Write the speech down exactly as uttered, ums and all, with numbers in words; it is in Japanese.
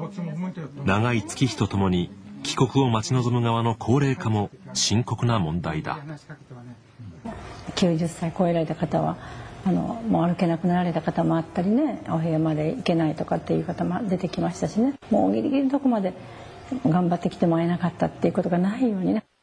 長い月日とともに帰国を待ち望む側の高齢化も深刻な問題だ。 きゅうじゅっさい超えられた方はあのもう歩けなくなられた方もあったりね、お部屋まで行けないとかっていう方も出てきましたしね、もうギリギリのとこまで頑張ってきても会えなかったっていうことがないようにね。